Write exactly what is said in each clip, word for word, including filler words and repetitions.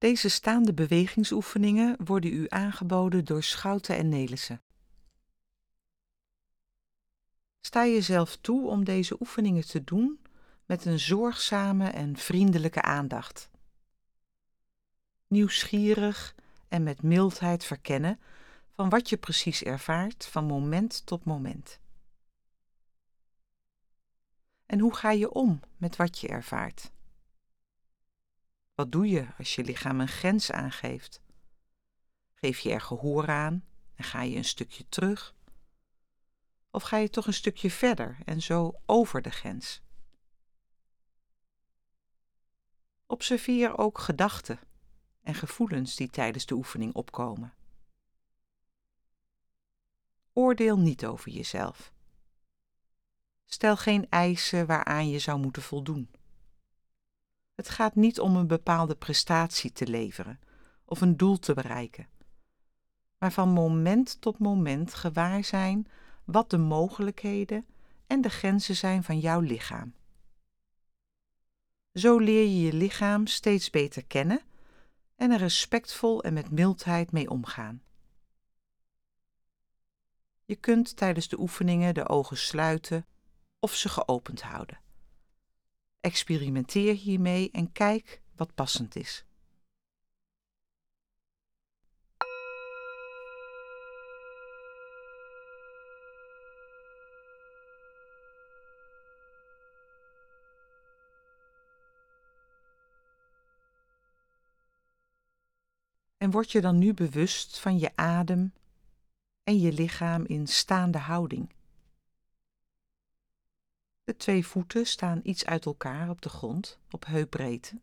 Deze staande bewegingsoefeningen worden u aangeboden door Schouten en Nelissen. Sta jezelf toe om deze oefeningen te doen met een zorgzame en vriendelijke aandacht. Nieuwsgierig en met mildheid verkennen van wat je precies ervaart van moment tot moment. En hoe ga je om met wat je ervaart? Wat doe je als je lichaam een grens aangeeft? Geef je er gehoor aan en ga je een stukje terug? Of ga je toch een stukje verder en zo over de grens? Observeer ook gedachten en gevoelens die tijdens de oefening opkomen. Oordeel niet over jezelf. Stel geen eisen waaraan je zou moeten voldoen. Het gaat niet om een bepaalde prestatie te leveren of een doel te bereiken, maar van moment tot moment gewaar zijn wat de mogelijkheden en de grenzen zijn van jouw lichaam. Zo leer je je lichaam steeds beter kennen en er respectvol en met mildheid mee omgaan. Je kunt tijdens de oefeningen de ogen sluiten of ze geopend houden. Experimenteer hiermee en kijk wat passend is. En word je dan nu bewust van je adem en je lichaam in staande houding. De twee voeten staan iets uit elkaar op de grond, op heupbreedte.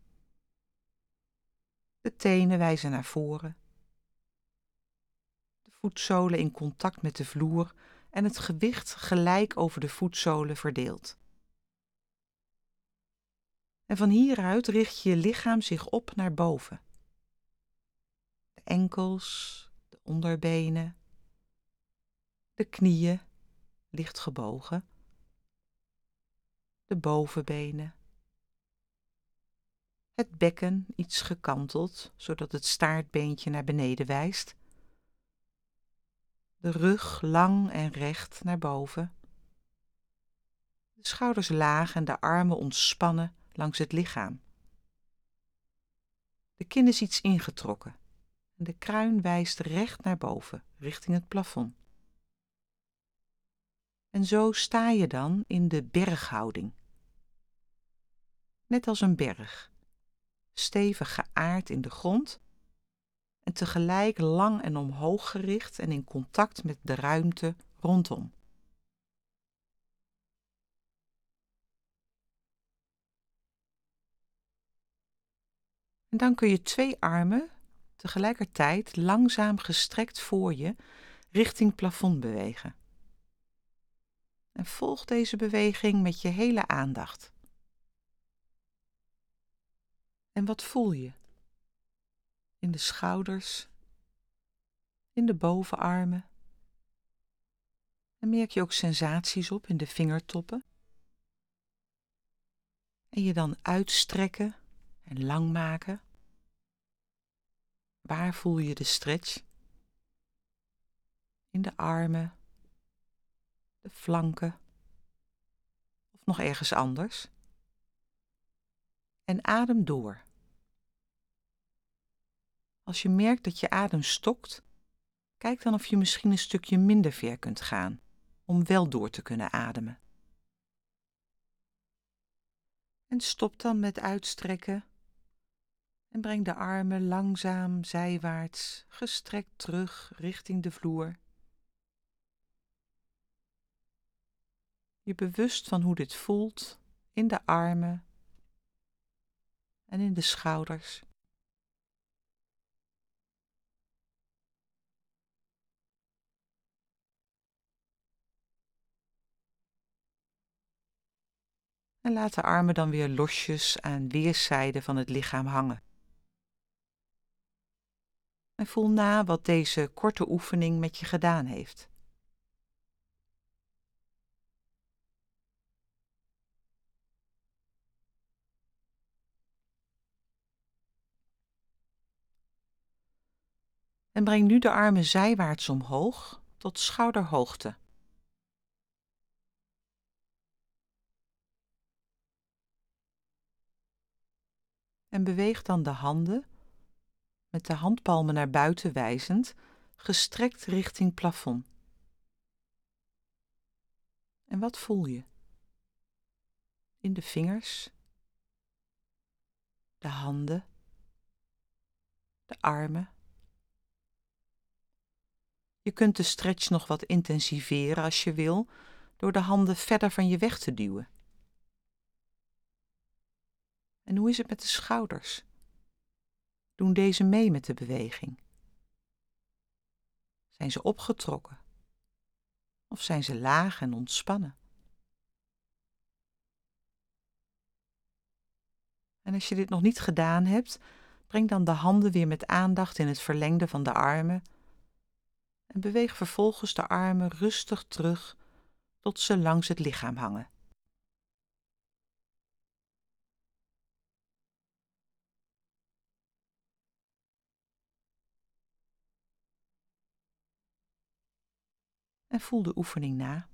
De tenen wijzen naar voren. De voetzolen in contact met de vloer en het gewicht gelijk over de voetzolen verdeeld. En van hieruit richt je lichaam zich op naar boven. De enkels, de onderbenen, de knieën, licht gebogen, de bovenbenen, het bekken iets gekanteld, zodat het staartbeentje naar beneden wijst, de rug lang en recht naar boven, de schouders laag en de armen ontspannen langs het lichaam. De kin is iets ingetrokken en de kruin wijst recht naar boven, richting het plafond. En zo sta je dan in de berghouding. Net als een berg, stevig geaard in de grond en tegelijk lang en omhoog gericht en in contact met de ruimte rondom. En dan kun je twee armen tegelijkertijd langzaam gestrekt voor je richting plafond bewegen. En volg deze beweging met je hele aandacht. En wat voel je? In de schouders, in de bovenarmen. En merk je ook sensaties op in de vingertoppen? En je dan uitstrekken en lang maken. Waar voel je de stretch? In de armen, de flanken of nog ergens anders? En adem door. Als je merkt dat je adem stokt, kijk dan of je misschien een stukje minder ver kunt gaan, om wel door te kunnen ademen. En stop dan met uitstrekken en breng de armen langzaam zijwaarts, gestrekt terug richting de vloer. Je bewust van hoe dit voelt in de armen en in de schouders. En laat de armen dan weer losjes aan weerszijden van het lichaam hangen. En voel na wat deze korte oefening met je gedaan heeft. En breng nu de armen zijwaarts omhoog tot schouderhoogte. En beweeg dan de handen, met de handpalmen naar buiten wijzend, gestrekt richting plafond. En wat voel je? In de vingers, de handen, de armen. Je kunt de stretch nog wat intensiveren als je wil, door de handen verder van je weg te duwen. En hoe is het met de schouders? Doen deze mee met de beweging? Zijn ze opgetrokken? Of zijn ze laag en ontspannen? En als je dit nog niet gedaan hebt, breng dan de handen weer met aandacht in het verlengde van de armen en beweeg vervolgens de armen rustig terug tot ze langs het lichaam hangen. En voel de oefening na.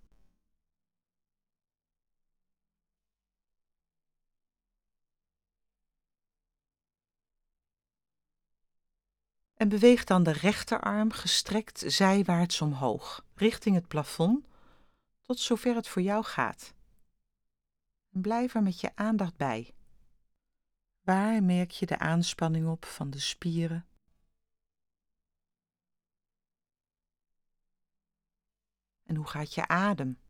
En beweeg dan de rechterarm gestrekt zijwaarts omhoog, richting het plafond, tot zover het voor jou gaat. En blijf er met je aandacht bij. Waar merk je de aanspanning op van de spieren? En hoe gaat je adem?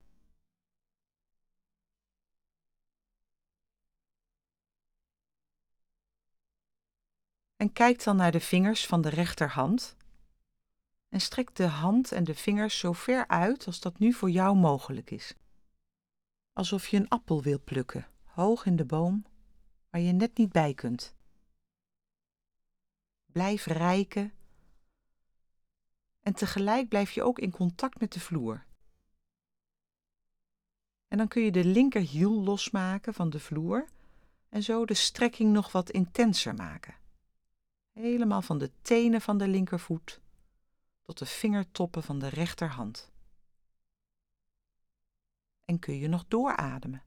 En kijk dan naar de vingers van de rechterhand en strek de hand en de vingers zo ver uit als dat nu voor jou mogelijk is. Alsof je een appel wil plukken, hoog in de boom, waar je net niet bij kunt. Blijf reiken en tegelijk blijf je ook in contact met de vloer. En dan kun je de linkerhiel losmaken van de vloer en zo de strekking nog wat intenser maken. Helemaal van de tenen van de linkervoet tot de vingertoppen van de rechterhand. En kun je nog doorademen.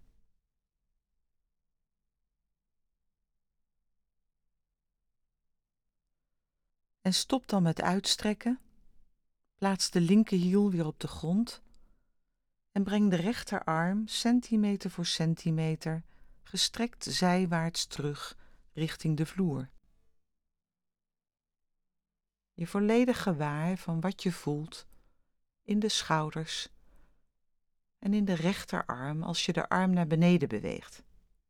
En stop dan met uitstrekken. Plaats de linkerhiel weer op de grond en breng de rechterarm centimeter voor centimeter gestrekt zijwaarts terug richting de vloer. Je volledig gewaar van wat je voelt in de schouders en in de rechterarm als je de arm naar beneden beweegt.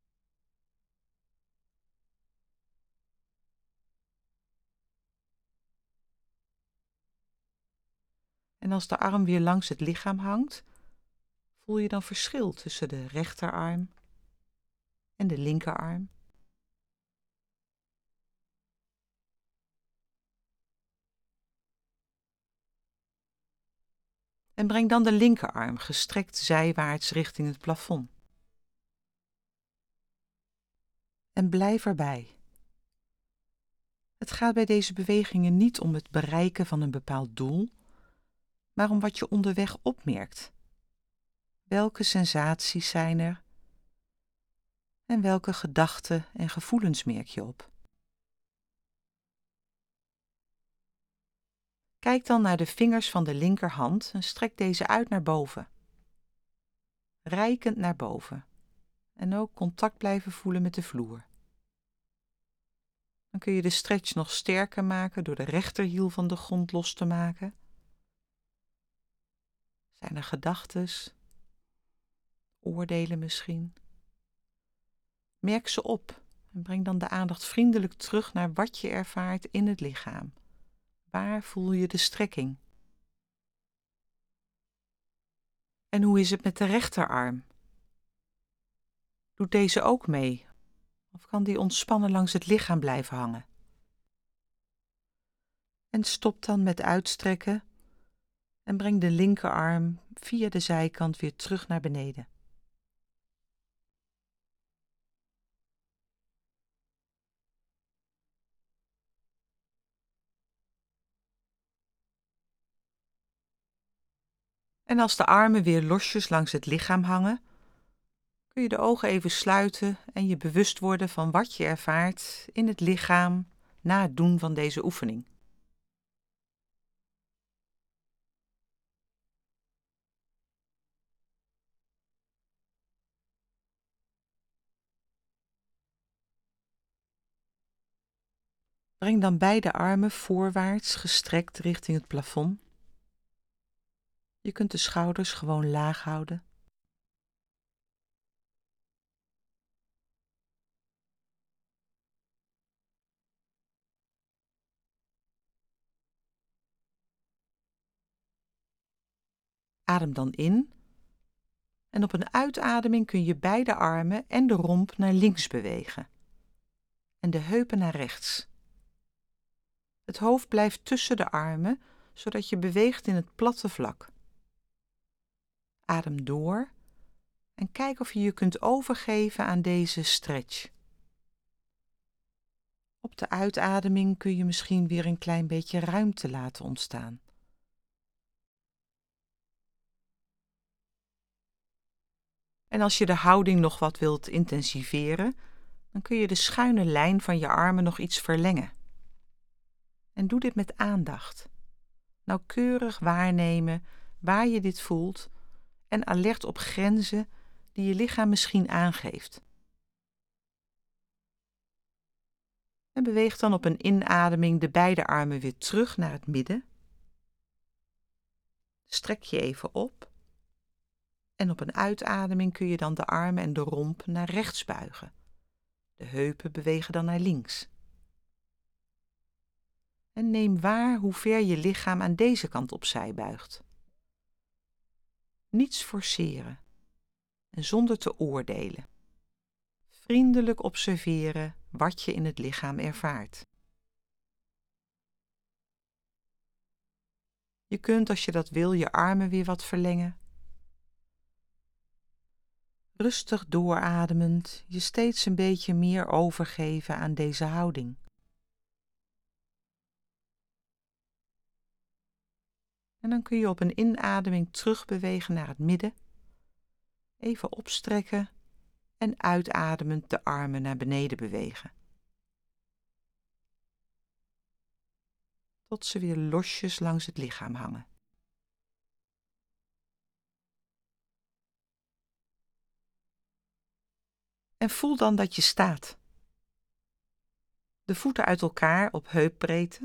En als de arm weer langs het lichaam hangt, voel je dan verschil tussen de rechterarm en de linkerarm. En breng dan de linkerarm gestrekt zijwaarts richting het plafond. En blijf erbij. Het gaat bij deze bewegingen niet om het bereiken van een bepaald doel, maar om wat je onderweg opmerkt. Welke sensaties zijn er en welke gedachten en gevoelens merk je op? Kijk dan naar de vingers van de linkerhand en strek deze uit naar boven. Reikend naar boven en ook contact blijven voelen met de vloer. Dan kun je de stretch nog sterker maken door de rechterhiel van de grond los te maken. Zijn er gedachtes, oordelen misschien? Merk ze op en breng dan de aandacht vriendelijk terug naar wat je ervaart in het lichaam. Waar voel je de strekking? En hoe is het met de rechterarm? Doet deze ook mee? Of kan die ontspannen langs het lichaam blijven hangen? En stop dan met uitstrekken en breng de linkerarm via de zijkant weer terug naar beneden. En als de armen weer losjes langs het lichaam hangen, kun je de ogen even sluiten en je bewust worden van wat je ervaart in het lichaam na het doen van deze oefening. Breng dan beide armen voorwaarts gestrekt richting het plafond. Je kunt de schouders gewoon laag houden. Adem dan in en op een uitademing kun je beide armen en de romp naar links bewegen en de heupen naar rechts. Het hoofd blijft tussen de armen, zodat je beweegt in het platte vlak. Adem door en kijk of je je kunt overgeven aan deze stretch. Op de uitademing kun je misschien weer een klein beetje ruimte laten ontstaan. En als je de houding nog wat wilt intensiveren, dan kun je de schuine lijn van je armen nog iets verlengen. En doe dit met aandacht. Nauwkeurig waarnemen waar je dit voelt en alert op grenzen die je lichaam misschien aangeeft. En beweeg dan op een inademing de beide armen weer terug naar het midden. Strek je even op. En op een uitademing kun je dan de armen en de romp naar rechts buigen. De heupen bewegen dan naar links. En neem waar hoe ver je lichaam aan deze kant opzij buigt. Niets forceren en zonder te oordelen. Vriendelijk observeren wat je in het lichaam ervaart. Je kunt, als je dat wil, je armen weer wat verlengen. Rustig doorademend, je steeds een beetje meer overgeven aan deze houding. En dan kun je op een inademing terugbewegen naar het midden. Even opstrekken en uitademend de armen naar beneden bewegen. Tot ze weer losjes langs het lichaam hangen. En voel dan dat je staat. De voeten uit elkaar op heupbreedte.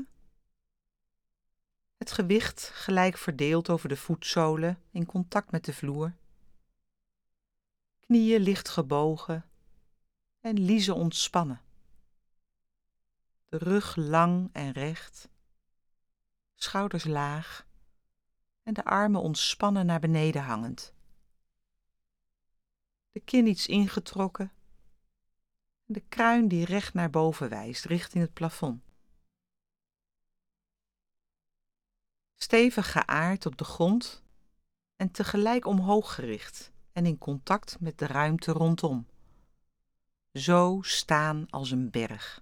Het gewicht gelijk verdeeld over de voetzolen in contact met de vloer. Knieën licht gebogen en liezen ontspannen. De rug lang en recht. Schouders laag en de armen ontspannen naar beneden hangend. De kin iets ingetrokken en de kruin die recht naar boven wijst richting het plafond. Stevig geaard op de grond en tegelijk omhoog gericht en in contact met de ruimte rondom. Zo staan als een berg.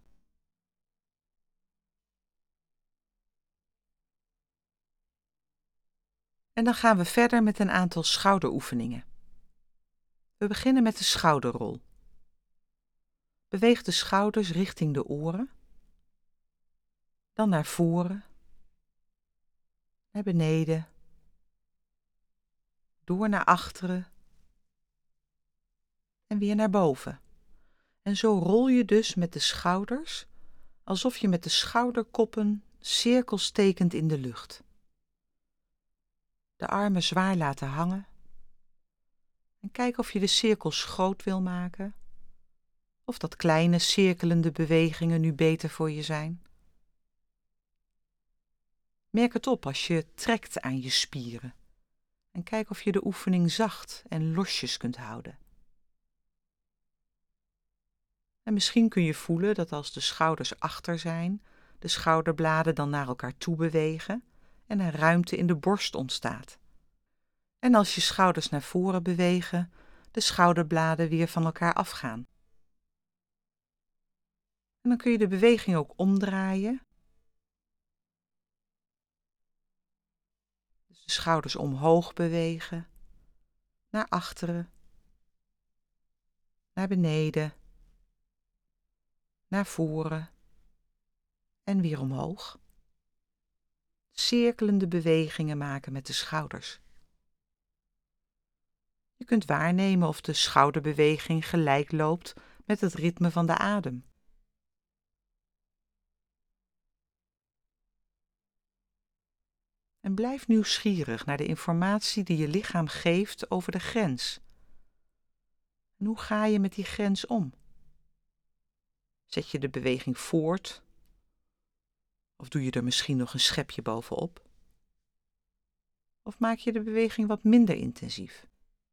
En dan gaan we verder met een aantal schouderoefeningen. We beginnen met de schouderrol. Beweeg de schouders richting de oren, dan naar voren, naar beneden, door naar achteren en weer naar boven. En zo rol je dus met de schouders, alsof je met de schouderkoppen cirkels tekent in de lucht. De armen zwaar laten hangen en kijk of je de cirkels groot wil maken, of dat kleine cirkelende bewegingen nu beter voor je zijn. Merk het op als je trekt aan je spieren en kijk of je de oefening zacht en losjes kunt houden. En misschien kun je voelen dat als de schouders achter zijn, de schouderbladen dan naar elkaar toe bewegen en er ruimte in de borst ontstaat. En als je schouders naar voren bewegen, de schouderbladen weer van elkaar afgaan. En dan kun je de beweging ook omdraaien. Dus De schouders omhoog bewegen, naar achteren, naar beneden, naar voren en weer omhoog. Cirkelende bewegingen maken met de schouders. Je kunt waarnemen of de schouderbeweging gelijk loopt met het ritme van de adem. En blijf nieuwsgierig naar de informatie die je lichaam geeft over de grens. En hoe ga je met die grens om? Zet je de beweging voort? Of doe je er misschien nog een schepje bovenop? Of maak je de beweging wat minder intensief?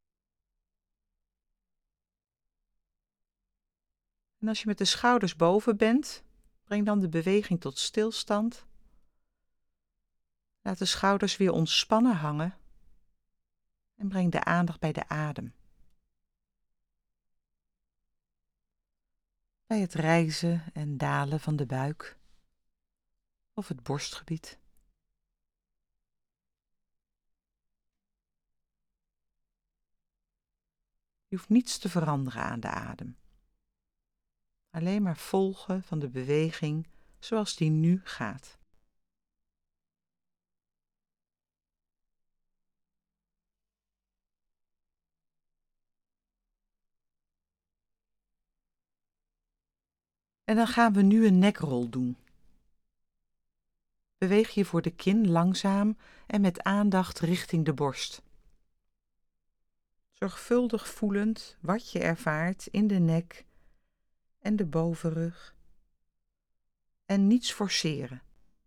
En als je met de schouders boven bent, breng dan de beweging tot stilstand. Laat de schouders weer ontspannen hangen en breng de aandacht bij de adem. Bij het rijzen en dalen van de buik of het borstgebied. Je hoeft niets te veranderen aan de adem. Alleen maar volgen van de beweging zoals die nu gaat. En dan gaan we nu een nekrol doen. Beweeg je voor de kin langzaam en met aandacht richting de borst. Zorgvuldig voelend wat je ervaart in de nek en de bovenrug. En niets forceren.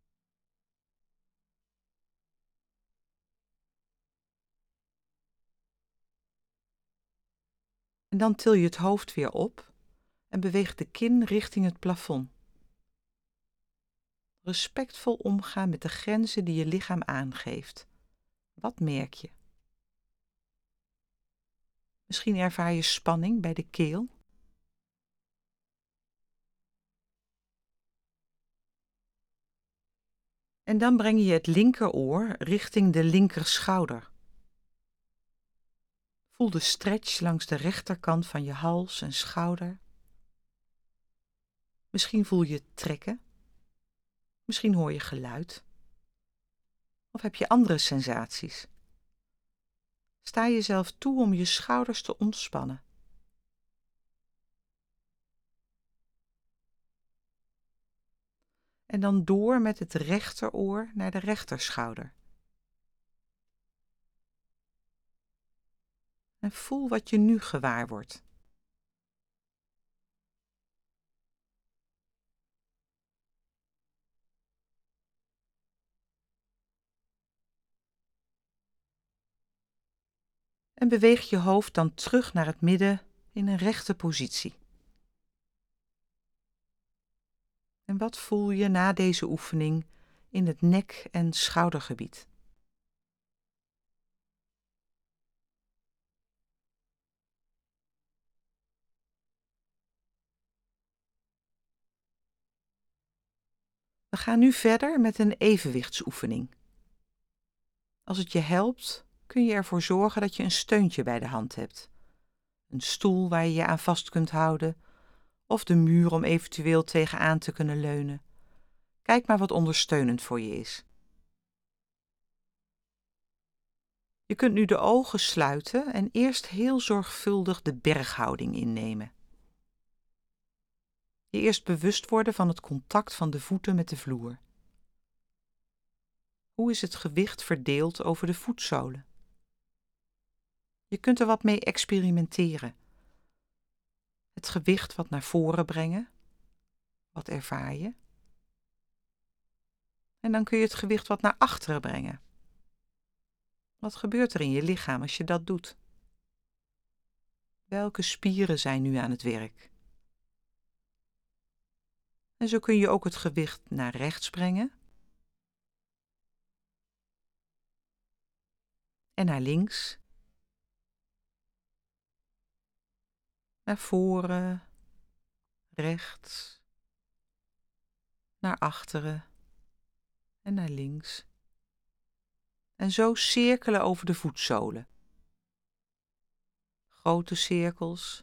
En dan til je het hoofd weer op en beweeg de kin richting het plafond. Respectvol omgaan met de grenzen die je lichaam aangeeft. Wat merk je? Misschien ervaar je spanning bij de keel. En dan breng je het linkeroor richting de linkerschouder. Voel de stretch langs de rechterkant van je hals en schouder. Misschien voel je het trekken. Misschien hoor je geluid. Of heb je andere sensaties? Sta jezelf toe om je schouders te ontspannen. En dan door met het rechteroor naar de rechterschouder. En voel wat je nu gewaar wordt. En beweeg je hoofd dan terug naar het midden in een rechte positie. En wat voel je na deze oefening in het nek- en schoudergebied? We gaan nu verder met een evenwichtsoefening. Als het je helpt, kun je ervoor zorgen dat je een steuntje bij de hand hebt. Een stoel waar je je aan vast kunt houden, of de muur om eventueel tegenaan te kunnen leunen. Kijk maar wat ondersteunend voor je is. Je kunt nu de ogen sluiten en eerst heel zorgvuldig de berghouding innemen. Je eerst bewust worden van het contact van de voeten met de vloer. Hoe is het gewicht verdeeld over de voetzolen? Je kunt er wat mee experimenteren. Het gewicht wat naar voren brengen. Wat ervaar je? En dan kun je het gewicht wat naar achteren brengen. Wat gebeurt er in je lichaam als je dat doet? Welke spieren zijn nu aan het werk? En zo kun je ook het gewicht naar rechts brengen. En naar links. Naar voren. Rechts. Naar achteren. En naar links. En zo cirkelen over de voetzolen. Grote cirkels,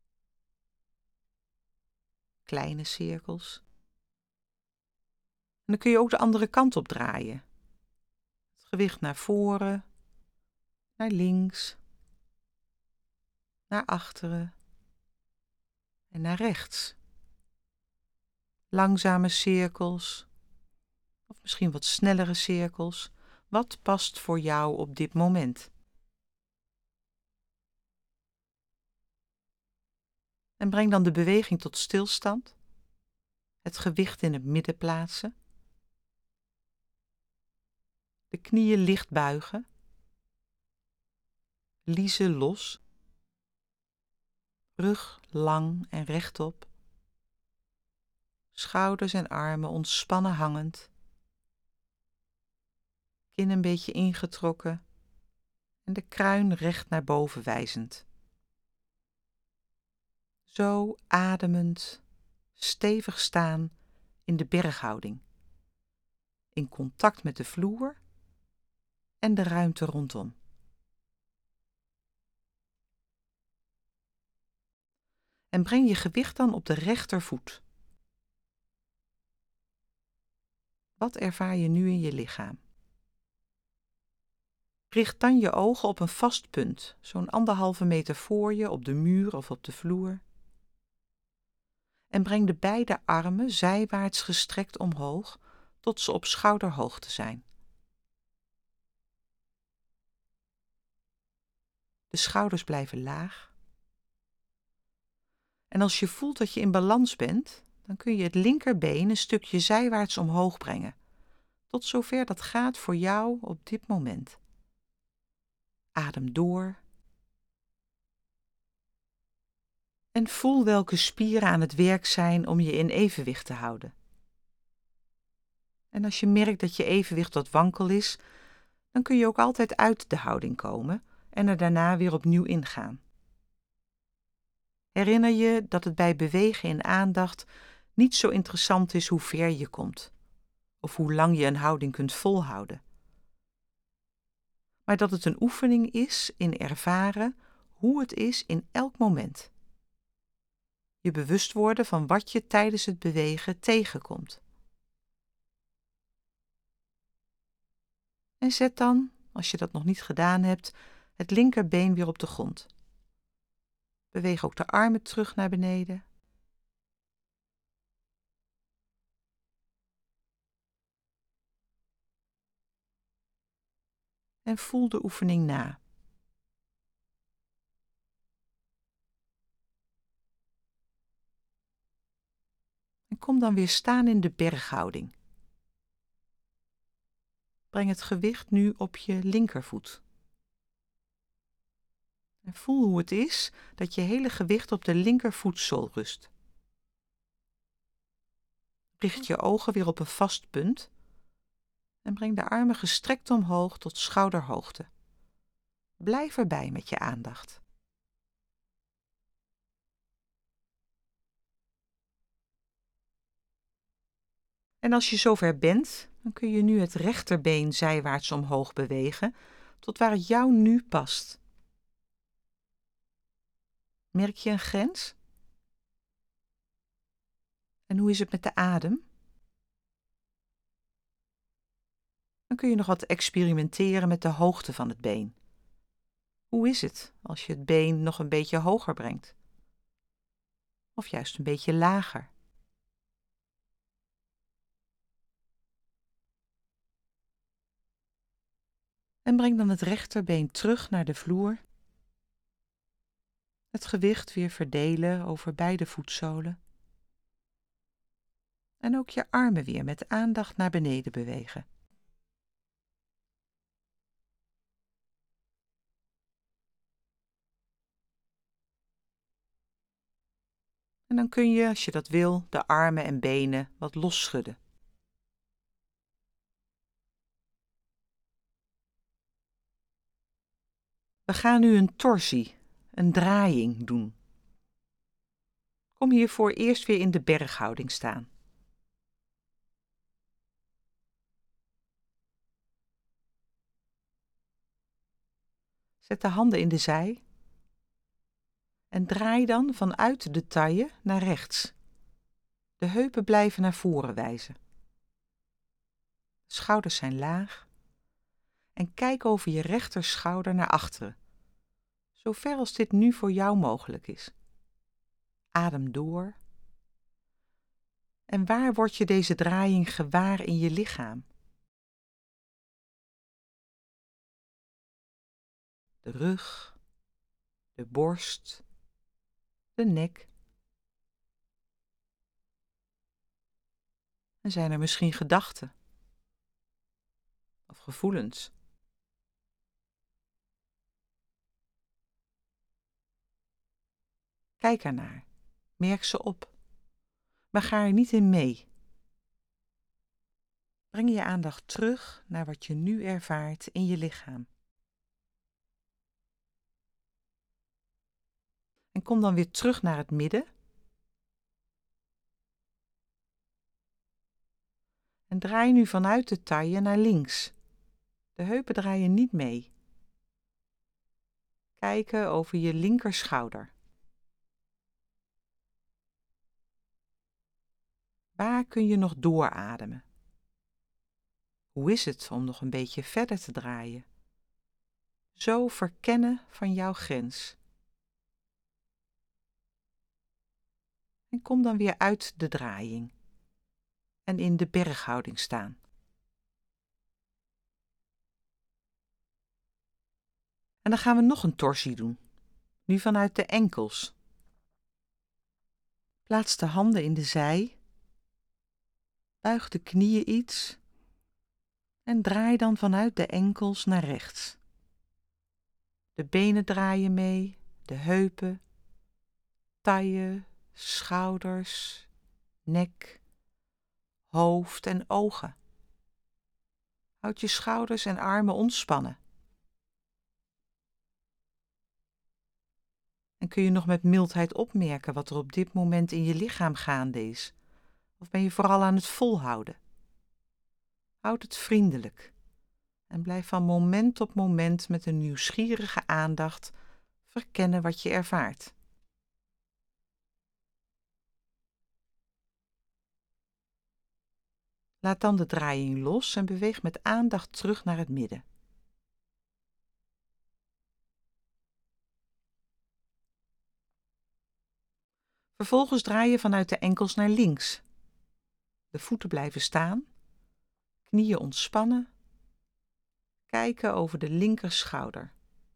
kleine cirkels. En dan kun je ook de andere kant op draaien. Het gewicht naar voren, naar links, naar achteren en naar rechts. Langzame cirkels, of misschien wat snellere cirkels. Wat past voor jou op dit moment? En breng dan de beweging tot stilstand. Het gewicht in het midden plaatsen. De knieën licht buigen. Liezen los. Rug lang en rechtop. Schouders en armen ontspannen hangend. Kin een beetje ingetrokken en de kruin recht naar boven wijzend. Zo ademend, stevig staan in de berghouding. In contact met de vloer en de ruimte rondom. En breng je gewicht dan op de rechtervoet. Wat ervaar je nu in je lichaam? Richt dan je ogen op een vast punt, zo'n anderhalve meter voor je, op de muur of op de vloer. En breng de beide armen zijwaarts gestrekt omhoog, tot ze op schouderhoogte zijn. De schouders blijven laag. En als je voelt dat je in balans bent, dan kun je het linkerbeen een stukje zijwaarts omhoog brengen, tot zover dat gaat voor jou op dit moment. Adem door. En voel welke spieren aan het werk zijn om je in evenwicht te houden. En als je merkt dat je evenwicht wat wankel is, dan kun je ook altijd uit de houding komen en er daarna weer opnieuw ingaan. Herinner je dat het bij bewegen in aandacht niet zo interessant is hoe ver je komt, of hoe lang je een houding kunt volhouden. Maar dat het een oefening is in ervaren hoe het is in elk moment. Je bewust worden van wat je tijdens het bewegen tegenkomt. En zet dan, als je dat nog niet gedaan hebt, het linkerbeen weer op de grond. Beweeg ook de armen terug naar beneden. En voel de oefening na. En kom dan weer staan in de berghouding. Breng het gewicht nu op je linkervoet. En voel hoe het is dat je hele gewicht op de linkervoetzool rust. Richt je ogen weer op een vast punt en breng de armen gestrekt omhoog tot schouderhoogte. Blijf erbij met je aandacht. En als je zover bent, dan kun je nu het rechterbeen zijwaarts omhoog bewegen tot waar het jou nu past. Merk je een grens? En hoe is het met de adem? Dan kun je nog wat experimenteren met de hoogte van het been. Hoe is het als je het been nog een beetje hoger brengt? Of juist een beetje lager? En breng dan het rechterbeen terug naar de vloer. Het gewicht weer verdelen over beide voetzolen. En ook je armen weer met aandacht naar beneden bewegen. En dan kun je, als je dat wil, de armen en benen wat losschudden. We gaan nu een torsie, een draaiing doen. Kom hiervoor eerst weer in de berghouding staan. Zet de handen in de zij en draai dan vanuit de taille naar rechts. De heupen blijven naar voren wijzen. De schouders zijn laag en kijk over je rechterschouder naar achteren, zover als dit nu voor jou mogelijk is. Adem door. En waar word je deze draaiing gewaar in je lichaam? De rug, de borst, de nek. En zijn er misschien gedachten of gevoelens? Kijk ernaar, merk ze op, maar ga er niet in mee. Breng je aandacht terug naar wat je nu ervaart in je lichaam. En kom dan weer terug naar het midden. En draai nu vanuit de taille naar links. De heupen draaien niet mee. Kijken over je linkerschouder. Waar kun je nog doorademen? Hoe is het om nog een beetje verder te draaien? Zo verkennen van jouw grens. En kom dan weer uit de draaiing en in de berghouding staan. En dan gaan we nog een torsie doen, nu vanuit de enkels. Plaats de handen in de zij, buig de knieën iets en draai dan vanuit de enkels naar rechts. De benen draaien mee, de heupen, taille, schouders, nek, hoofd en ogen. Houd je schouders en armen ontspannen. En kun je nog met mildheid opmerken wat er op dit moment in je lichaam gaande is? Of ben je vooral aan het volhouden? Houd het vriendelijk en blijf van moment op moment met een nieuwsgierige aandacht verkennen wat je ervaart. Laat dan de draaiing los en beweeg met aandacht terug naar het midden. Vervolgens draai je vanuit de enkels naar links. De voeten blijven staan, knieën ontspannen, kijken over de linkerschouder.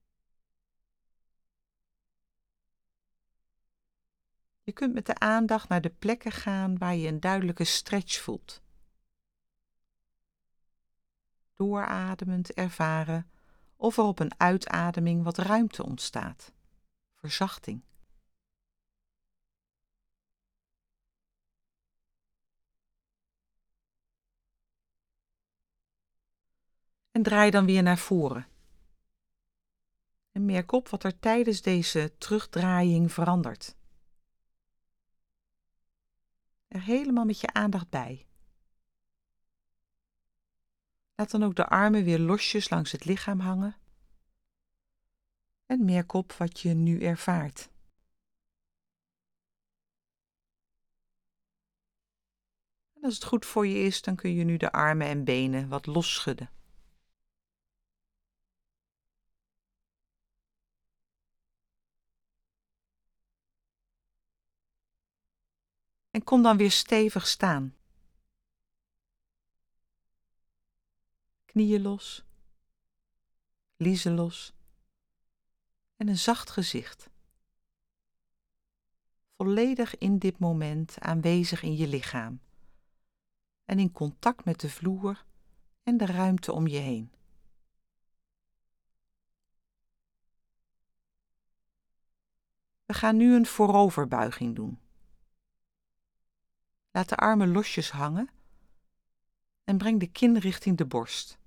Je kunt met de aandacht naar de plekken gaan waar je een duidelijke stretch voelt. Doorademend ervaren of er op een uitademing wat ruimte ontstaat. Verzachting. En draai dan weer naar voren. En merk op wat er tijdens deze terugdraaiing verandert. Er helemaal met je aandacht bij. Laat dan ook de armen weer losjes langs het lichaam hangen. En merk op wat je nu ervaart. En als het goed voor je is, dan kun je nu de armen en benen wat losschudden. En kom dan weer stevig staan. Knieën los, liezen los en een zacht gezicht. Volledig in dit moment aanwezig in je lichaam en in contact met de vloer en de ruimte om je heen. We gaan nu een vooroverbuiging doen. Laat de armen losjes hangen en breng de kin richting de borst.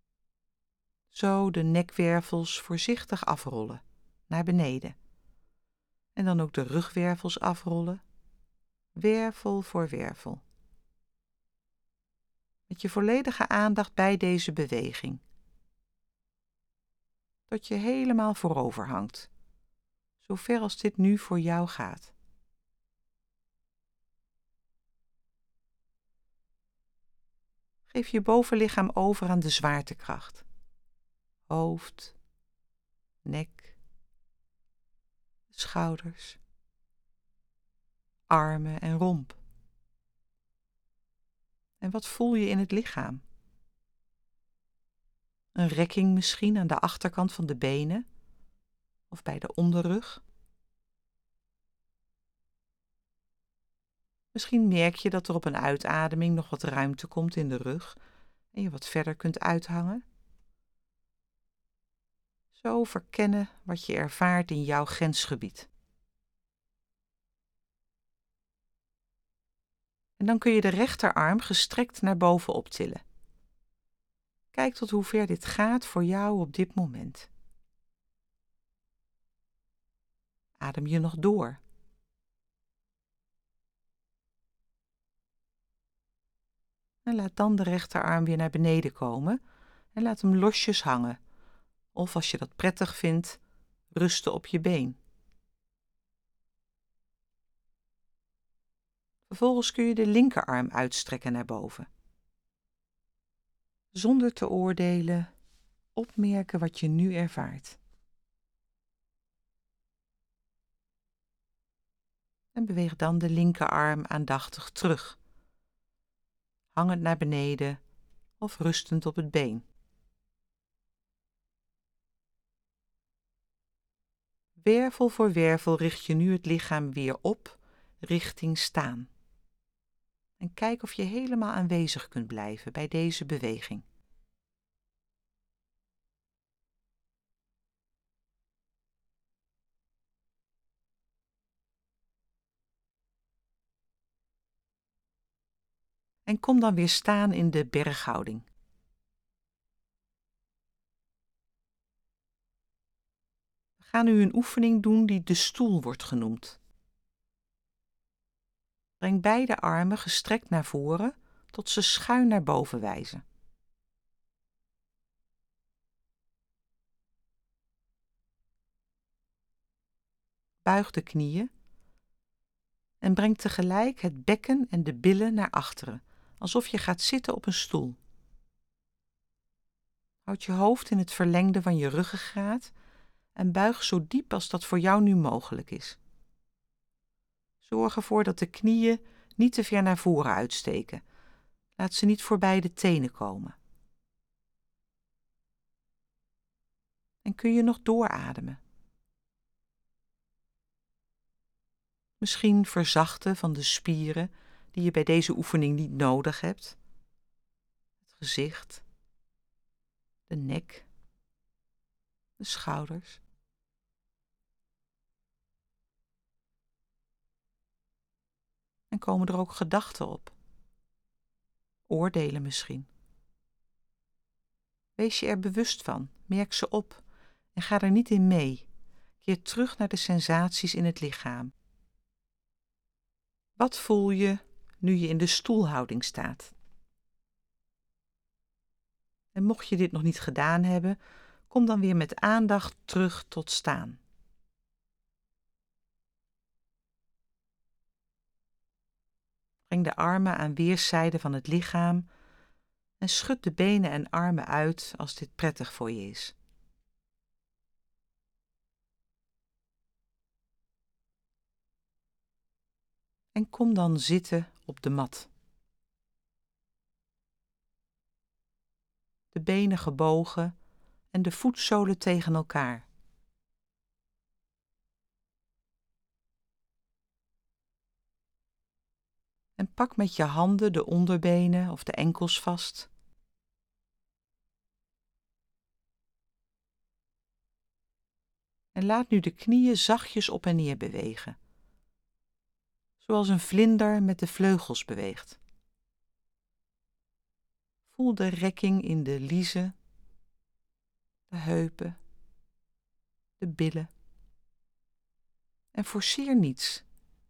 Zo de nekwervels voorzichtig afrollen, naar beneden. En dan ook de rugwervels afrollen, wervel voor wervel. Met je volledige aandacht bij deze beweging. dat je helemaal voorover hangt, zover als dit nu voor jou gaat. Geef je bovenlichaam over aan de zwaartekracht. Hoofd, nek, schouders, armen en romp. En wat voel je in het lichaam? Een rekking misschien aan de achterkant van de benen of bij de onderrug? Misschien merk je dat er op een uitademing nog wat ruimte komt in de rug en je wat verder kunt uithangen. Zo verkennen wat je ervaart in jouw grensgebied. En dan kun je de rechterarm gestrekt naar boven optillen. Kijk tot hoe ver dit gaat voor jou op dit moment. Adem je nog door. En laat dan de rechterarm weer naar beneden komen en laat hem losjes hangen. Of als je dat prettig vindt, rusten op je been. Vervolgens kun je de linkerarm uitstrekken naar boven. Zonder te oordelen, opmerken wat je nu ervaart. En beweeg dan de linkerarm aandachtig terug, hangend naar beneden of rustend op het been. Wervel voor wervel richt je nu het lichaam weer op, richting staan. En kijk of je helemaal aanwezig kunt blijven bij deze beweging. En kom dan weer staan in de berghouding. We gaan nu een oefening doen die de stoel wordt genoemd. Breng beide armen gestrekt naar voren tot ze schuin naar boven wijzen. Buig de knieën en breng tegelijk het bekken en de billen naar achteren, alsof je gaat zitten op een stoel. Houd je hoofd in het verlengde van je ruggengraat en buig zo diep als dat voor jou nu mogelijk is. Zorg ervoor dat de knieën niet te ver naar voren uitsteken. Laat ze niet voorbij de tenen komen. En kun je nog doorademen? Misschien verzachten van de spieren die je bij deze oefening niet nodig hebt. Het gezicht, de nek, de schouders. En komen er ook gedachten op? Oordelen misschien. Wees je er bewust van, merk ze op en ga er niet in mee. Keer terug naar de sensaties in het lichaam. Wat voel je nu je in de stoelhouding staat? En mocht je dit nog niet gedaan hebben, kom dan weer met aandacht terug tot staan. Breng de armen aan weerszijden van het lichaam en schud de benen en armen uit als dit prettig voor je is. En kom dan zitten op de mat. De benen gebogen en de voetzolen tegen elkaar. En pak met je handen de onderbenen of de enkels vast. En laat nu de knieën zachtjes op en neer bewegen. Zoals een vlinder met de vleugels beweegt. Voel de rekking in de liezen, de heupen, de billen. En forceer niets.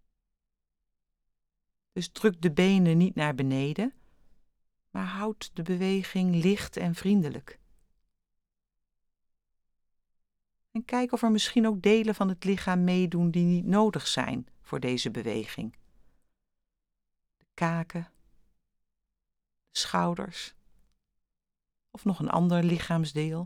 Dus druk de benen niet naar beneden, maar houd de beweging licht en vriendelijk. En kijk of er misschien ook delen van het lichaam meedoen die niet nodig zijn voor deze beweging. De kaken, de schouders of nog een ander lichaamsdeel.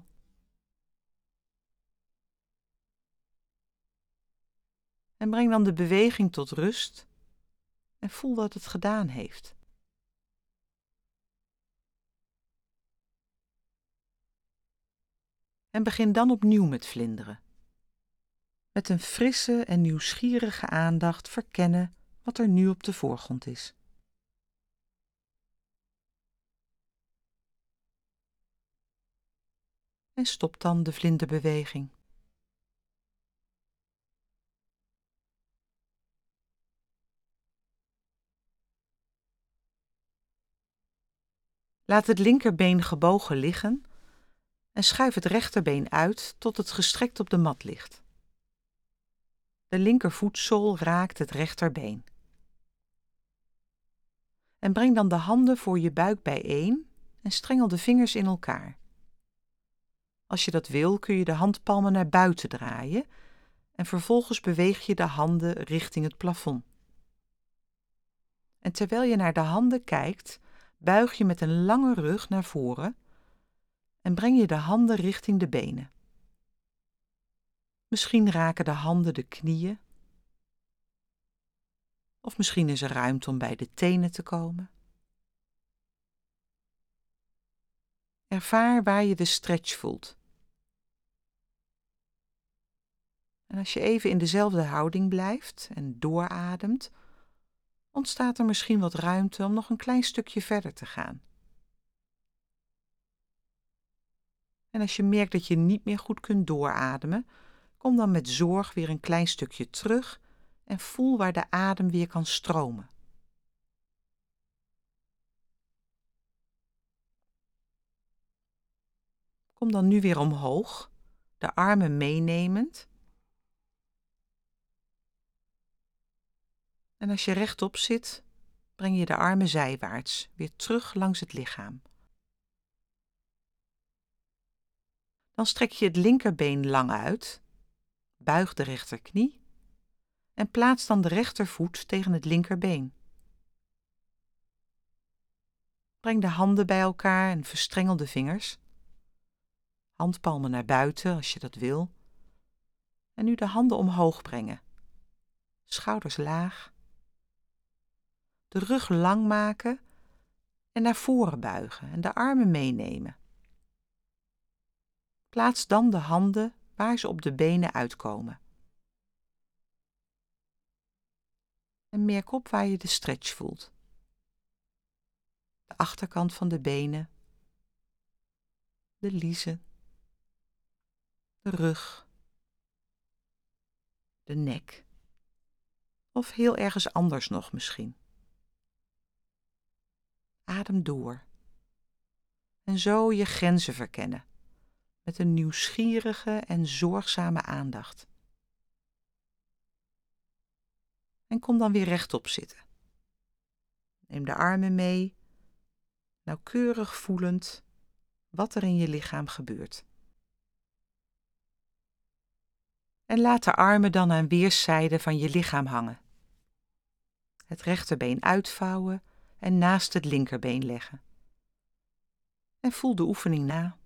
En breng dan de beweging tot rust en voel wat het gedaan heeft. En begin dan opnieuw met vlinderen. Met een frisse en nieuwsgierige aandacht verkennen wat er nu op de voorgrond is. En stop dan de vlinderbeweging. Laat het linkerbeen gebogen liggen en schuif het rechterbeen uit tot het gestrekt op de mat ligt. De linkervoetzool raakt het rechterbeen. En breng dan de handen voor je buik bijeen en strengel de vingers in elkaar. Als je dat wil, kun je de handpalmen naar buiten draaien en vervolgens beweeg je de handen richting het plafond. En terwijl je naar de handen kijkt, buig je met een lange rug naar voren en breng je de handen richting de benen. Misschien raken de handen de knieën, of misschien is er ruimte om bij de tenen te komen. Ervaar waar je de stretch voelt. En als je even in dezelfde houding blijft en doorademt, ontstaat er misschien wat ruimte om nog een klein stukje verder te gaan. En als je merkt dat je niet meer goed kunt doorademen, kom dan met zorg weer een klein stukje terug en voel waar de adem weer kan stromen. Kom dan nu weer omhoog, de armen meenemend. En als je rechtop zit, breng je de armen zijwaarts, weer terug langs het lichaam. Dan strek je het linkerbeen lang uit, buig de rechterknie en plaats dan de rechtervoet tegen het linkerbeen. Breng de handen bij elkaar en verstrengel de vingers. Handpalmen naar buiten als je dat wil. En nu de handen omhoog brengen. Schouders laag. De rug lang maken en naar voren buigen en de armen meenemen. Plaats dan de handen waar ze op de benen uitkomen. En merk op waar je de stretch voelt. De achterkant van de benen, de liezen, de rug, de nek of heel ergens anders nog misschien. Adem door en zo je grenzen verkennen met een nieuwsgierige en zorgzame aandacht. En kom dan weer rechtop zitten. Neem de armen mee, nauwkeurig voelend wat er in je lichaam gebeurt. En laat de armen dan aan weerszijden van je lichaam hangen. Het rechterbeen uitvouwen en naast het linkerbeen leggen. En voel de oefening na.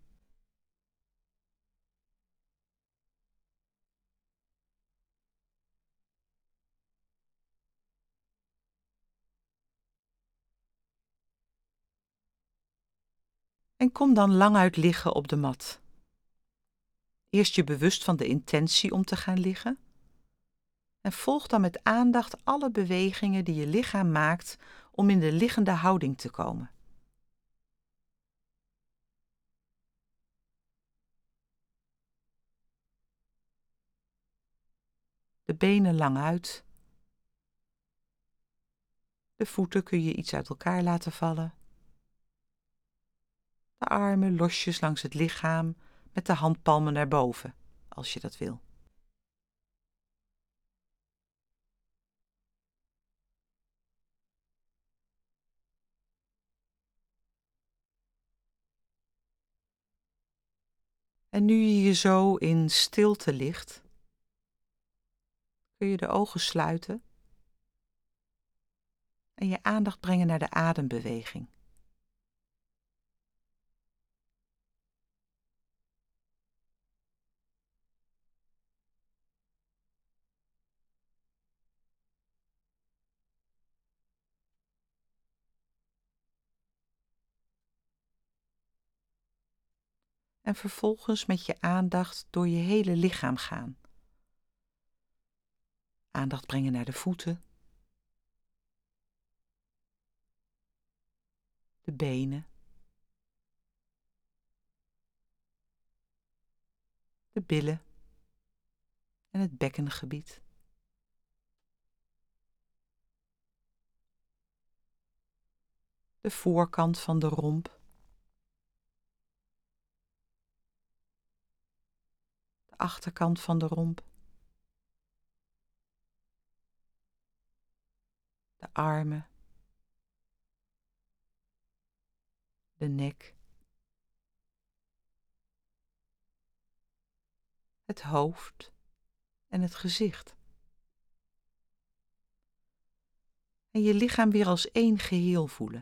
En kom dan lang uit liggen op de mat. Eerst je bewust van de intentie om te gaan liggen. En volg dan met aandacht alle bewegingen die je lichaam maakt om in de liggende houding te komen. De benen lang uit. De voeten kun je iets uit elkaar laten vallen. De armen losjes langs het lichaam met de handpalmen naar boven, als je dat wil. En nu je hier zo in stilte ligt, kun je de ogen sluiten en je aandacht brengen naar de adembeweging. En vervolgens met je aandacht door je hele lichaam gaan. Aandacht brengen naar de voeten, de benen, de billen en het bekkengebied. De voorkant van de romp, de achterkant van de romp, de armen, de nek, het hoofd en het gezicht. En je lichaam weer als één geheel voelen.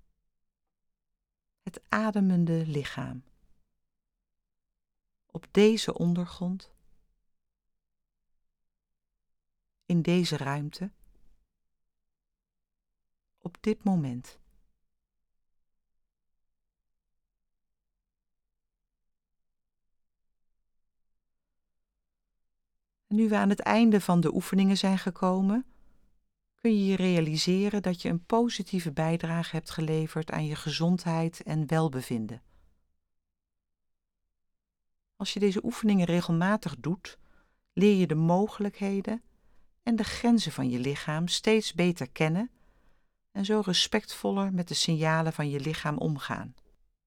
Het ademende lichaam. Op deze ondergrond, in deze ruimte, op dit moment. En nu we aan het einde van de oefeningen zijn gekomen, kun je je realiseren dat je een positieve bijdrage hebt geleverd aan je gezondheid en welbevinden. Als je deze oefeningen regelmatig doet, leer je de mogelijkheden en de grenzen van je lichaam steeds beter kennen en zo respectvoller met de signalen van je lichaam omgaan.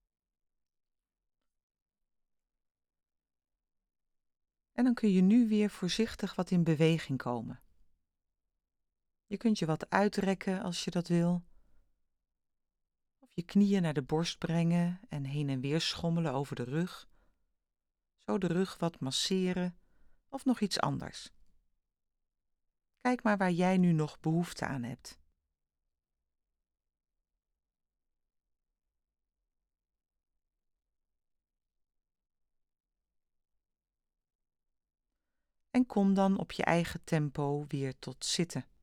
En dan kun je nu weer voorzichtig wat in beweging komen. Je kunt je wat uitrekken als je dat wil. Of je knieën naar de borst brengen en heen en weer schommelen over de rug. Zo de rug wat masseren of nog iets anders. Kijk maar waar jij nu nog behoefte aan hebt. En kom dan op je eigen tempo weer tot zitten.